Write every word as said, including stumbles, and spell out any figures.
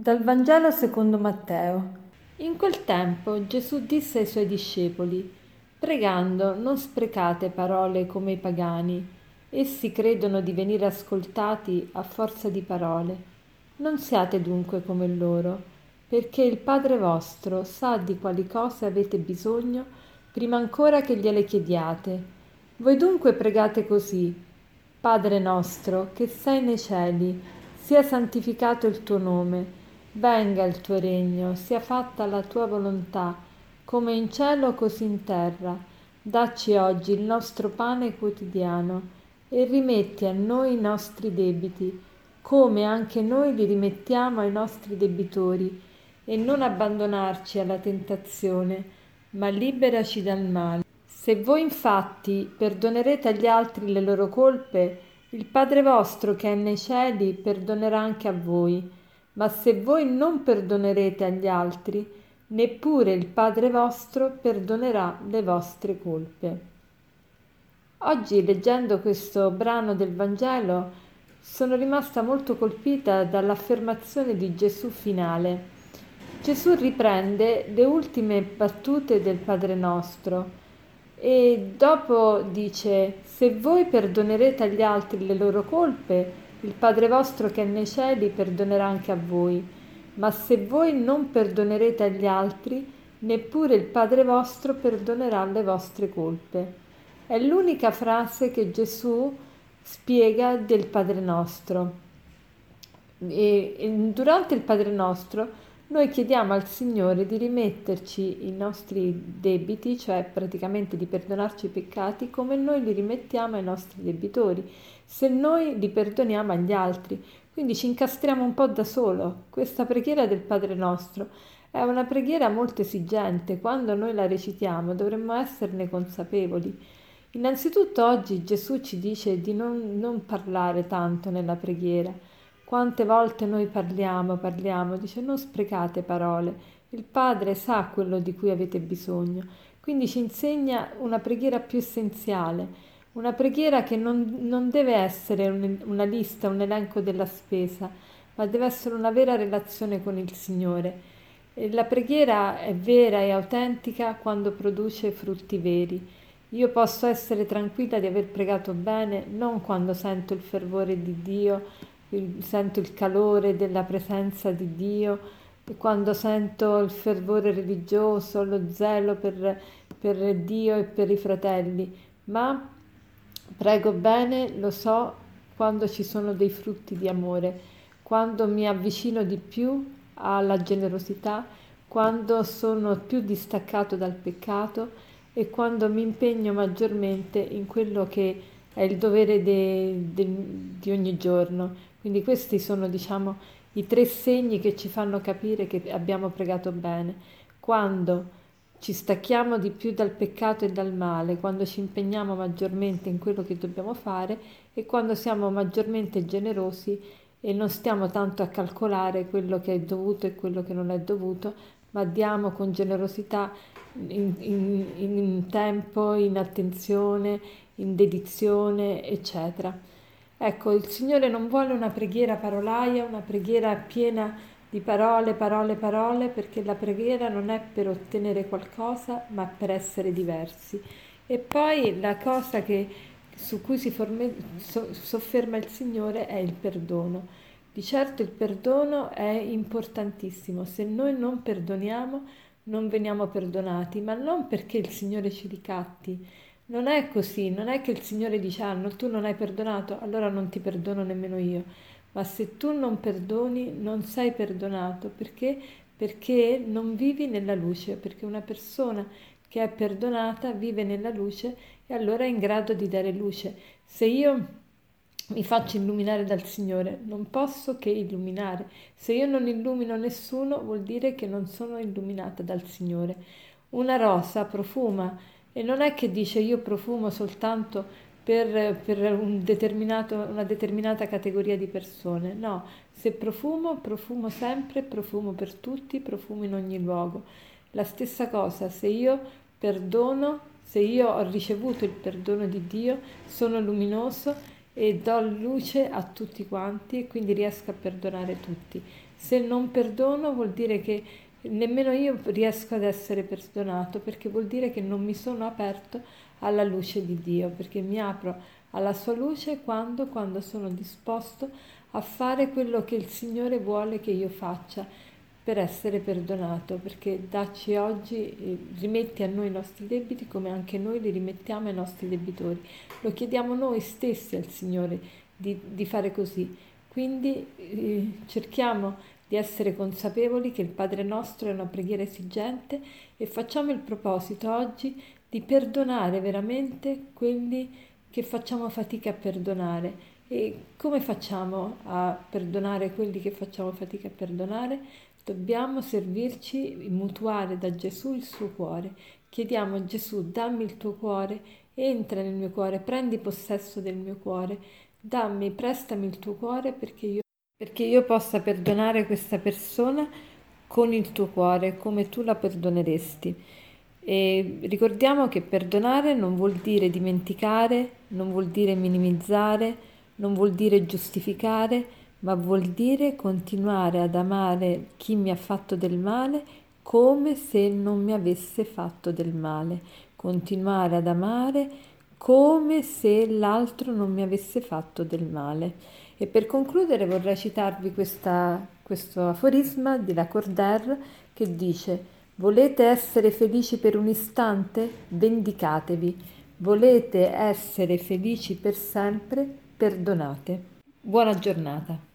Dal Vangelo secondo Matteo. In quel tempo Gesù disse ai suoi discepoli: pregando, non sprecate parole come i pagani. Essi credono di venire ascoltati a forza di parole. Non siate dunque come loro, perché il Padre vostro sa di quali cose avete bisogno prima ancora che gliele chiediate. Voi dunque pregate così: Padre nostro, che sei nei cieli, sia santificato il tuo nome. Venga il tuo regno, sia fatta la tua volontà, come in cielo così in terra. Dacci oggi il nostro pane quotidiano e rimetti a noi i nostri debiti, come anche noi li rimettiamo ai nostri debitori, e non abbandonarci alla tentazione, ma liberaci dal male. Se voi infatti perdonerete agli altri le loro colpe, il Padre vostro che è nei cieli perdonerà anche a voi. Ma se voi non perdonerete agli altri, neppure il Padre vostro perdonerà le vostre colpe. Oggi, leggendo questo brano del Vangelo, sono rimasta molto colpita dall'affermazione di Gesù finale. Gesù riprende le ultime battute del Padre nostro e dopo dice: se voi perdonerete agli altri le loro colpe, il Padre vostro che è nei cieli perdonerà anche a voi, ma se voi non perdonerete agli altri, neppure il Padre vostro perdonerà le vostre colpe. È l'unica frase che Gesù spiega del Padre nostro. E, e durante il Padre nostro noi chiediamo al Signore di rimetterci i nostri debiti, cioè praticamente di perdonarci i peccati come noi li rimettiamo ai nostri debitori, se noi li perdoniamo agli altri. Quindi ci incastriamo un po' da solo. Questa preghiera del Padre nostro è una preghiera molto esigente. Quando noi la recitiamo dovremmo esserne consapevoli. Innanzitutto oggi Gesù ci dice di non, non parlare tanto nella preghiera. Quante volte noi parliamo, parliamo, dice non sprecate parole, il Padre sa quello di cui avete bisogno, quindi ci insegna una preghiera più essenziale, una preghiera che non, non deve essere un, una lista, un elenco della spesa, ma deve essere una vera relazione con il Signore. E la preghiera è vera e autentica quando produce frutti veri. Io posso essere tranquilla di aver pregato bene non quando sento il fervore di Dio, sento il calore della presenza di Dio, e quando sento il fervore religioso, lo zelo per, per Dio e per i fratelli, ma prego bene, lo so, quando ci sono dei frutti di amore, quando mi avvicino di più alla generosità, quando sono più distaccato dal peccato e quando mi impegno maggiormente in quello che è il dovere de, de, di ogni giorno. Quindi questi sono, diciamo, i tre segni che ci fanno capire che abbiamo pregato bene. Quando ci stacchiamo di più dal peccato e dal male, quando ci impegniamo maggiormente in quello che dobbiamo fare e quando siamo maggiormente generosi e non stiamo tanto a calcolare quello che è dovuto e quello che non è dovuto, ma diamo con generosità in, in, in tempo, in attenzione, in dedizione, eccetera. Ecco, il Signore non vuole una preghiera parolaia, una preghiera piena di parole, parole, parole, perché la preghiera non è per ottenere qualcosa, ma per essere diversi. E poi la cosa che, su cui si forme, so, sofferma il Signore è il perdono. Di certo il perdono è importantissimo. Se noi non perdoniamo, non veniamo perdonati, ma non perché il Signore ci ricatti. Non è così, non è che il Signore dice: ah, no, tu non hai perdonato, allora non ti perdono nemmeno io. Ma se tu non perdoni, non sei perdonato. Perché? Perché non vivi nella luce, perché una persona che è perdonata vive nella luce e allora è in grado di dare luce. Se io mi faccio illuminare dal Signore, non posso che illuminare. Se io non illumino nessuno, vuol dire che non sono illuminata dal Signore. Una rosa profuma e non è che dice io profumo soltanto per, per un determinato, una determinata categoria di persone. No, se profumo, profumo sempre, profumo per tutti, profumo in ogni luogo. La stessa cosa, se io perdono, se io ho ricevuto il perdono di Dio, sono luminoso e do luce a tutti quanti e quindi riesco a perdonare tutti. Se non perdono vuol dire che nemmeno io riesco ad essere perdonato, perché vuol dire che non mi sono aperto alla luce di Dio, perché mi apro alla sua luce quando, quando sono disposto a fare quello che il Signore vuole che io faccia per essere perdonato, perché dacci oggi, eh, rimetti a noi i nostri debiti come anche noi li rimettiamo ai nostri debitori. Lo chiediamo noi stessi al Signore di, di fare così. Quindi eh, cerchiamo di essere consapevoli che il Padre nostro è una preghiera esigente e facciamo il proposito oggi di perdonare veramente quelli che facciamo fatica a perdonare. E come facciamo a perdonare quelli che facciamo fatica a perdonare? Dobbiamo servirci, mutuare da Gesù il suo cuore. Chiediamo a Gesù, dammi il tuo cuore, entra nel mio cuore, prendi possesso del mio cuore, dammi, prestami il tuo cuore perché io, perché io possa perdonare questa persona con il tuo cuore, come tu la perdoneresti. E ricordiamo che perdonare non vuol dire dimenticare, non vuol dire minimizzare, non vuol dire giustificare, ma vuol dire continuare ad amare chi mi ha fatto del male come se non mi avesse fatto del male, continuare ad amare come se l'altro non mi avesse fatto del male. E per concludere vorrei citarvi questa, questo aforisma di Lacordaire che dice: volete essere felici per un istante? Vendicatevi. Volete essere felici per sempre? Perdonate. Buona giornata.